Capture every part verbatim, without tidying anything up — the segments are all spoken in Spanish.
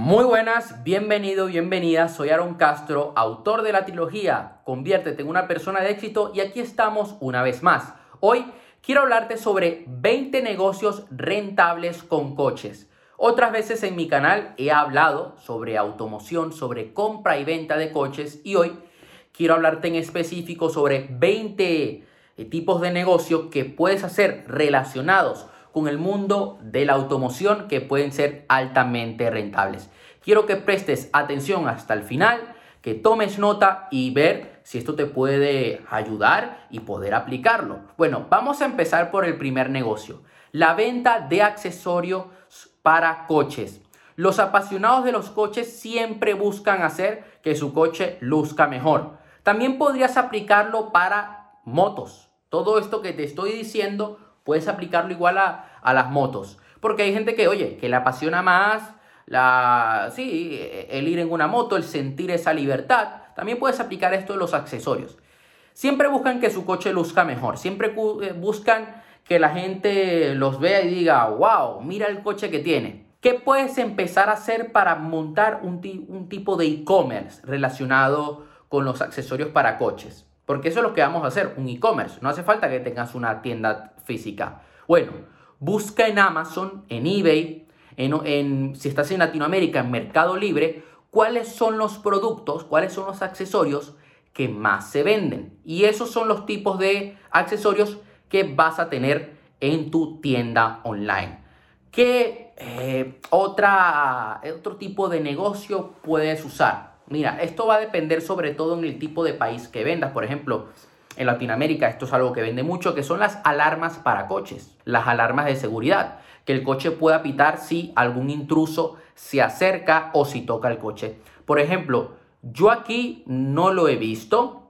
Muy buenas, bienvenido, bienvenida, soy Aaron Castro, autor de la trilogía Conviértete en una persona de éxito y aquí estamos una vez más. Hoy quiero hablarte sobre veinte negocios rentables con coches. Otras veces en mi canal he hablado sobre automoción, sobre compra y venta de coches y hoy quiero hablarte en específico sobre veinte tipos de negocio que puedes hacer relacionados con el mundo de la automoción que pueden ser altamente rentables. Quiero que prestes atención hasta el final, que tomes nota y ver si esto te puede ayudar y poder aplicarlo. Bueno, vamos a empezar por el primer negocio, la venta de accesorios para coches. Los apasionados de los coches siempre buscan hacer que su coche luzca mejor. También podrías aplicarlo para motos. Todo esto que te estoy diciendo puedes aplicarlo igual a, a las motos. Porque hay gente que, oye, que le apasiona más la, sí, el ir en una moto, el sentir esa libertad. También puedes aplicar esto en los accesorios. Siempre buscan que su coche luzca mejor. Siempre buscan que la gente los vea y diga, wow, mira el coche que tiene. ¿Qué puedes empezar a hacer para montar un, un tipo de e-commerce relacionado con los accesorios para coches? Porque eso es lo que vamos a hacer, un e-commerce. No hace falta que tengas una tienda física. Bueno, busca en Amazon, en eBay, en, en, si estás en Latinoamérica, en Mercado Libre, cuáles son los productos, cuáles son los accesorios que más se venden. Y esos son los tipos de accesorios que vas a tener en tu tienda online. ¿Qué eh, otra, otro tipo de negocio puedes usar? Mira, esto va a depender sobre todo en el tipo de país que vendas. Por ejemplo, en Latinoamérica esto es algo que vende mucho, que son las alarmas para coches, las alarmas de seguridad, que el coche pueda pitar si algún intruso se acerca o si toca el coche. Por ejemplo, yo aquí no lo he visto,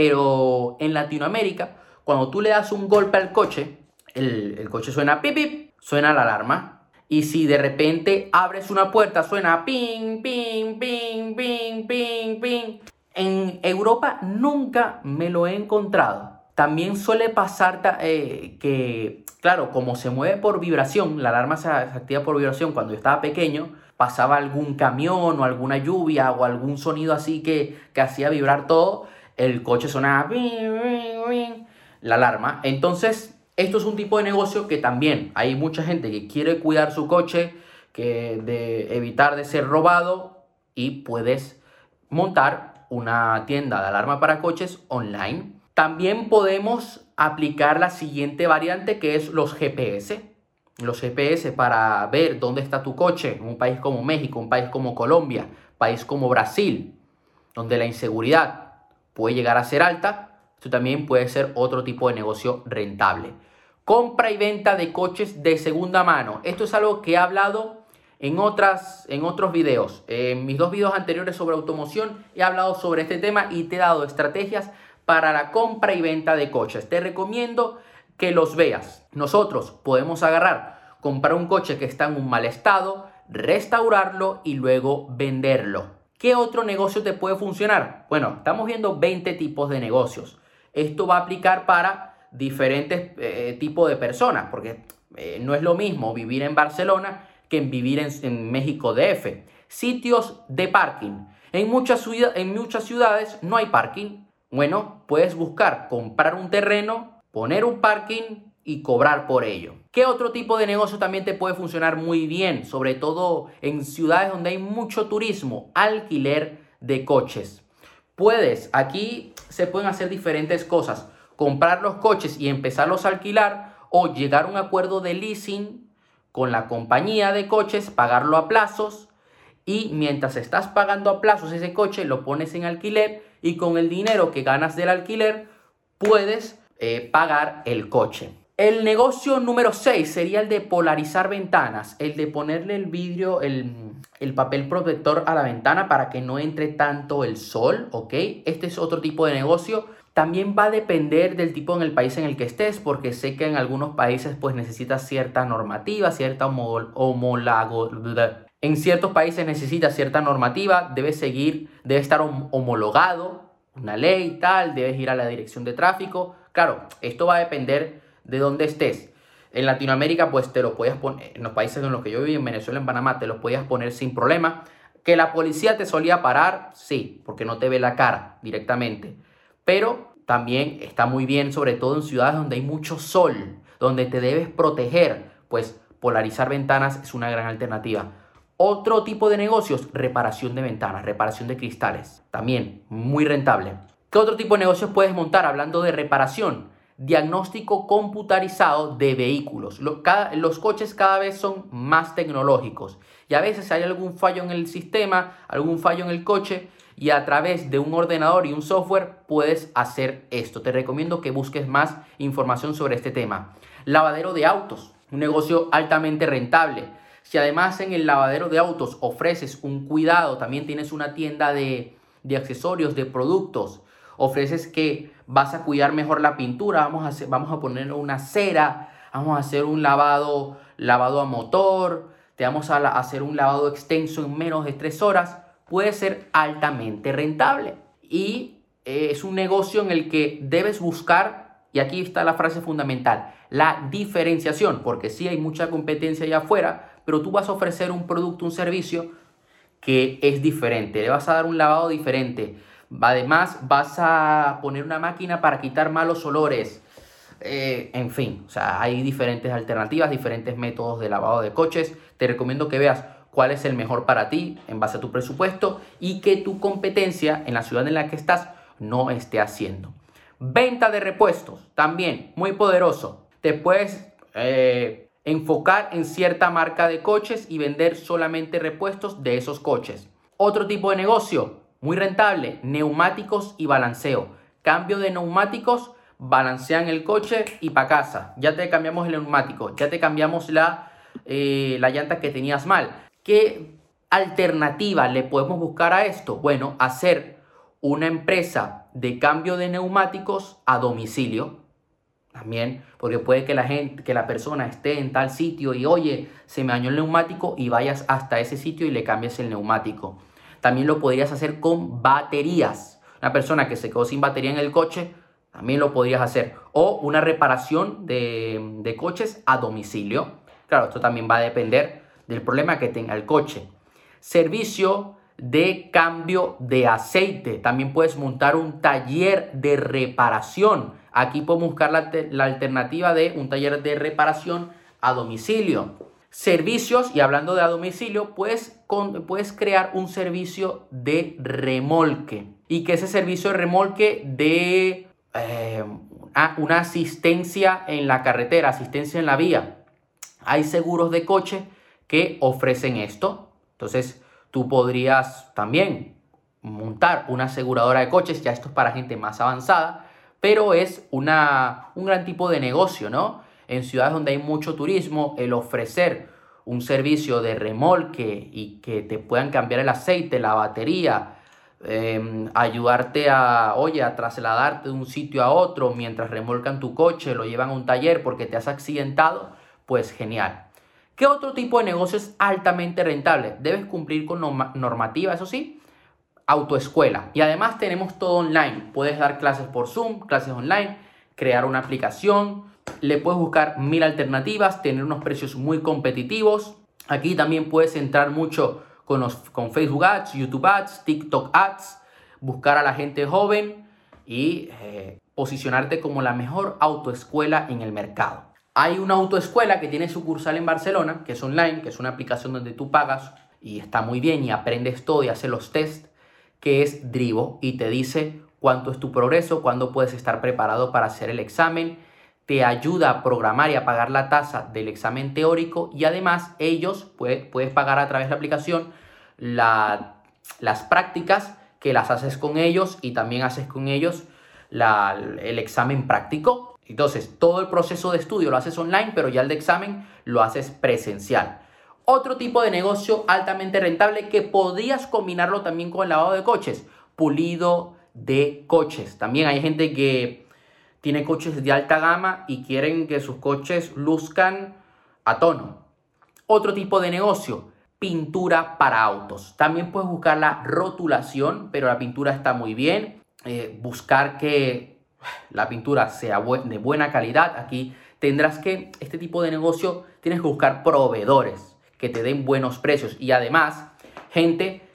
pero en Latinoamérica, cuando tú le das un golpe al coche, el, el coche suena pip, pip, suena la alarma. Y si de repente abres una puerta, suena ping, ping, ping, ping, ping, ping. En Europa nunca me lo he encontrado. También suele pasar eh, que, claro, como se mueve por vibración, la alarma se activa por vibración. Cuando yo estaba pequeño, pasaba algún camión o alguna lluvia o algún sonido así que, que hacía vibrar todo. El coche sonaba ping, ping, ping, la alarma. Entonces, esto es un tipo de negocio que también hay mucha gente que quiere cuidar su coche, que de evitar de ser robado y puedes montar una tienda de alarma para coches online. También podemos aplicar la siguiente variante que es los G P S. Los G P S para ver dónde está tu coche en un país como México, un país como Colombia, país como Brasil, donde la inseguridad puede llegar a ser alta. Esto también puede ser otro tipo de negocio rentable. Compra y venta de coches de segunda mano. Esto es algo que he hablado en, otras, en otros videos. En mis dos videos anteriores sobre automoción he hablado sobre este tema y te he dado estrategias para la compra y venta de coches. Te recomiendo que los veas. Nosotros podemos agarrar, comprar un coche que está en un mal estado, restaurarlo y luego venderlo. ¿Qué otro negocio te puede funcionar? Bueno, estamos viendo veinte tipos de negocios. Esto va a aplicar para diferentes eh, tipos de personas, porque eh, no es lo mismo vivir en Barcelona que en vivir en, en México D F. Sitios de parking. En muchas, en muchas ciudades no hay parking. Bueno, puedes buscar comprar un terreno, poner un parking y cobrar por ello. ¿Qué otro tipo de negocio también te puede funcionar muy bien? Sobre todo en ciudades donde hay mucho turismo. Alquiler de coches. Puedes, aquí se pueden hacer diferentes cosas. Comprar los coches y empezarlos a alquilar o llegar a un acuerdo de leasing con la compañía de coches, pagarlo a plazos y mientras estás pagando a plazos ese coche lo pones en alquiler y con el dinero que ganas del alquiler puedes eh, pagar el coche. El negocio número seis sería el de polarizar ventanas, el de ponerle el vidrio, el, el papel protector a la ventana para que no entre tanto el sol, ¿ok? Este es otro tipo de negocio. También va a depender del tipo en el país en el que estés, porque sé que en algunos países pues necesitas cierta normativa, cierta homologo. En ciertos países necesitas cierta normativa, debes seguir, debe estar homologado, una ley y tal, debes ir a la dirección de tráfico. Claro, esto va a depender de dónde estés. En Latinoamérica pues te lo podías poner, en los países en los que yo viví, en Venezuela, en Panamá, te los podías poner sin problema. ¿Que la policía te solía parar? Sí, porque no te ve la cara directamente. Pero también está muy bien, sobre todo en ciudades donde hay mucho sol, donde te debes proteger, pues polarizar ventanas es una gran alternativa. Otro tipo de negocios, reparación de ventanas, reparación de cristales, también muy rentable. ¿Qué otro tipo de negocios puedes montar hablando de reparación? Diagnóstico computarizado de vehículos. Los, cada, los coches cada vez son más tecnológicos y a veces hay algún fallo en el sistema, algún fallo en el coche y a través de un ordenador y un software puedes hacer esto. Te recomiendo que busques más información sobre este tema. Lavadero de autos, un negocio altamente rentable. Si además en el lavadero de autos ofreces un cuidado, también tienes una tienda de, de accesorios, de productos, ofreces que vas a cuidar mejor la pintura, vamos a, hacer, vamos a poner una cera, vamos a hacer un lavado, lavado a motor, te vamos a hacer un lavado extenso en menos de tres horas, puede ser altamente rentable. Y eh, es un negocio en el que debes buscar, y aquí está la frase fundamental, la diferenciación, porque sí hay mucha competencia allá afuera, pero tú vas a ofrecer un producto, un servicio que es diferente, le vas a dar un lavado diferente. Además, vas a poner una máquina para quitar malos olores. Eh, en fin, o sea, hay diferentes alternativas, diferentes métodos de lavado de coches. Te recomiendo que veas cuál es el mejor para ti en base a tu presupuesto y que tu competencia en la ciudad en la que estás no esté haciendo. Venta de repuestos, también muy poderoso. Te puedes eh, enfocar en cierta marca de coches y vender solamente repuestos de esos coches. Otro tipo de negocio muy rentable, neumáticos y balanceo. Cambio de neumáticos, balancean el coche y para casa. Ya te cambiamos el neumático, ya te cambiamos la, eh, la llanta que tenías mal. ¿Qué alternativa le podemos buscar a esto? Bueno, hacer una empresa de cambio de neumáticos a domicilio. También, porque puede que la gente, que la persona esté en tal sitio y oye, se me dañó el neumático y vayas hasta ese sitio y le cambies el neumático. También lo podrías hacer con baterías. Una persona que se quedó sin batería en el coche, también lo podrías hacer. O una reparación de, de coches a domicilio. Claro, esto también va a depender del problema que tenga el coche. Servicio de cambio de aceite. También puedes montar un taller de reparación. Aquí podemos buscar la, la alternativa de un taller de reparación a domicilio. Servicios, y hablando de a domicilio, puedes, con, puedes crear un servicio de remolque. Y que ese servicio de remolque de eh, una asistencia en la carretera, asistencia en la vía. Hay seguros de coche que ofrecen esto. Entonces, tú podrías también montar una aseguradora de coches. Ya esto es para gente más avanzada, pero es una, un gran tipo de negocio, ¿no? En ciudades donde hay mucho turismo, el ofrecer un servicio de remolque y que te puedan cambiar el aceite, la batería, eh, ayudarte a, oye, a trasladarte de un sitio a otro mientras remolcan tu coche, lo llevan a un taller porque te has accidentado, pues genial. ¿Qué otro tipo de negocio es altamente rentable? Debes cumplir con normativa, eso sí, autoescuela. Y además tenemos todo online. Puedes dar clases por Zoom, clases online, crear una aplicación. Le puedes buscar mil alternativas, tener unos precios muy competitivos. Aquí también puedes entrar mucho con, los, con Facebook Ads, YouTube Ads, TikTok Ads, buscar a la gente joven y eh, posicionarte como la mejor autoescuela en el mercado. Hay una autoescuela que tiene sucursal en Barcelona, que es online, que es una aplicación donde tú pagas y está muy bien y aprendes todo y haces los tests, que es Drivo y te dice cuánto es tu progreso, cuándo puedes estar preparado para hacer el examen. Te ayuda a programar y a pagar la tasa del examen teórico y además ellos, puedes, puedes pagar a través de la aplicación la, las prácticas que las haces con ellos y también haces con ellos la, el examen práctico. Entonces, todo el proceso de estudio lo haces online, pero ya el de examen lo haces presencial. Otro tipo de negocio altamente rentable que podrías combinarlo también con el lavado de coches, pulido de coches. También hay gente que tiene coches de alta gama y quieren que sus coches luzcan a tono. Otro tipo de negocio, pintura para autos. También puedes buscar la rotulación, pero la pintura está muy bien. Eh, buscar que la pintura sea bu- de buena calidad. Aquí tendrás que, este tipo de negocio, tienes que buscar proveedores que te den buenos precios y además gente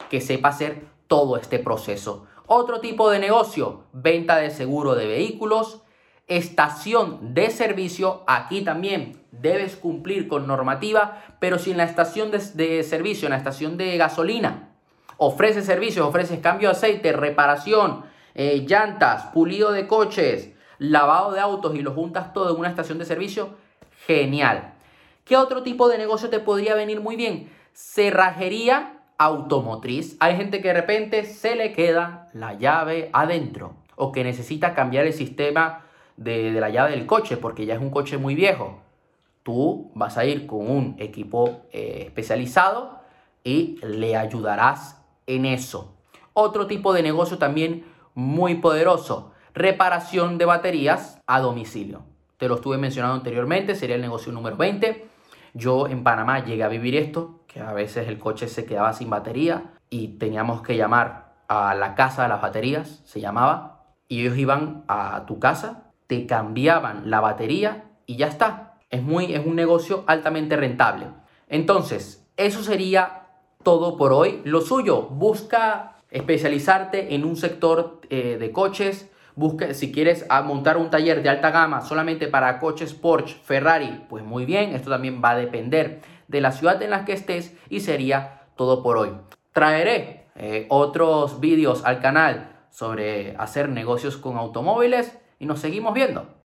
que sepa hacer todo este proceso. Otro tipo de negocio, venta de seguro de vehículos, estación de servicio. Aquí también debes cumplir con normativa, pero si en la estación de, de servicio, en la estación de gasolina, ofreces servicios, ofreces cambio de aceite, reparación, eh, llantas, pulido de coches, lavado de autos y lo juntas todo en una estación de servicio, genial. ¿Qué otro tipo de negocio te podría venir muy bien? Cerrajería automotriz. Hay gente que de repente se le queda la llave adentro o que necesita cambiar el sistema de, de la llave del coche porque ya es un coche muy viejo. Tú vas a ir con un equipo eh, especializado y le ayudarás en eso. Otro tipo de negocio también muy poderoso, reparación de baterías a domicilio. Te lo estuve mencionando anteriormente, sería el negocio número veinte. Yo en Panamá llegué a vivir esto, que a veces el coche se quedaba sin batería y teníamos que llamar a la casa de las baterías, se llamaba, y ellos iban a tu casa, te cambiaban la batería y ya está. Es, muy, es un negocio altamente rentable. Entonces, eso sería todo por hoy. Lo suyo, busca especializarte en un sector eh, de coches. Busca, si quieres montar un taller de alta gama solamente para coches Porsche, Ferrari, pues muy bien. Esto también va a depender de la ciudad en la que estés y sería todo por hoy. Traeré eh, otros vídeos al canal sobre hacer negocios con automóviles y nos seguimos viendo.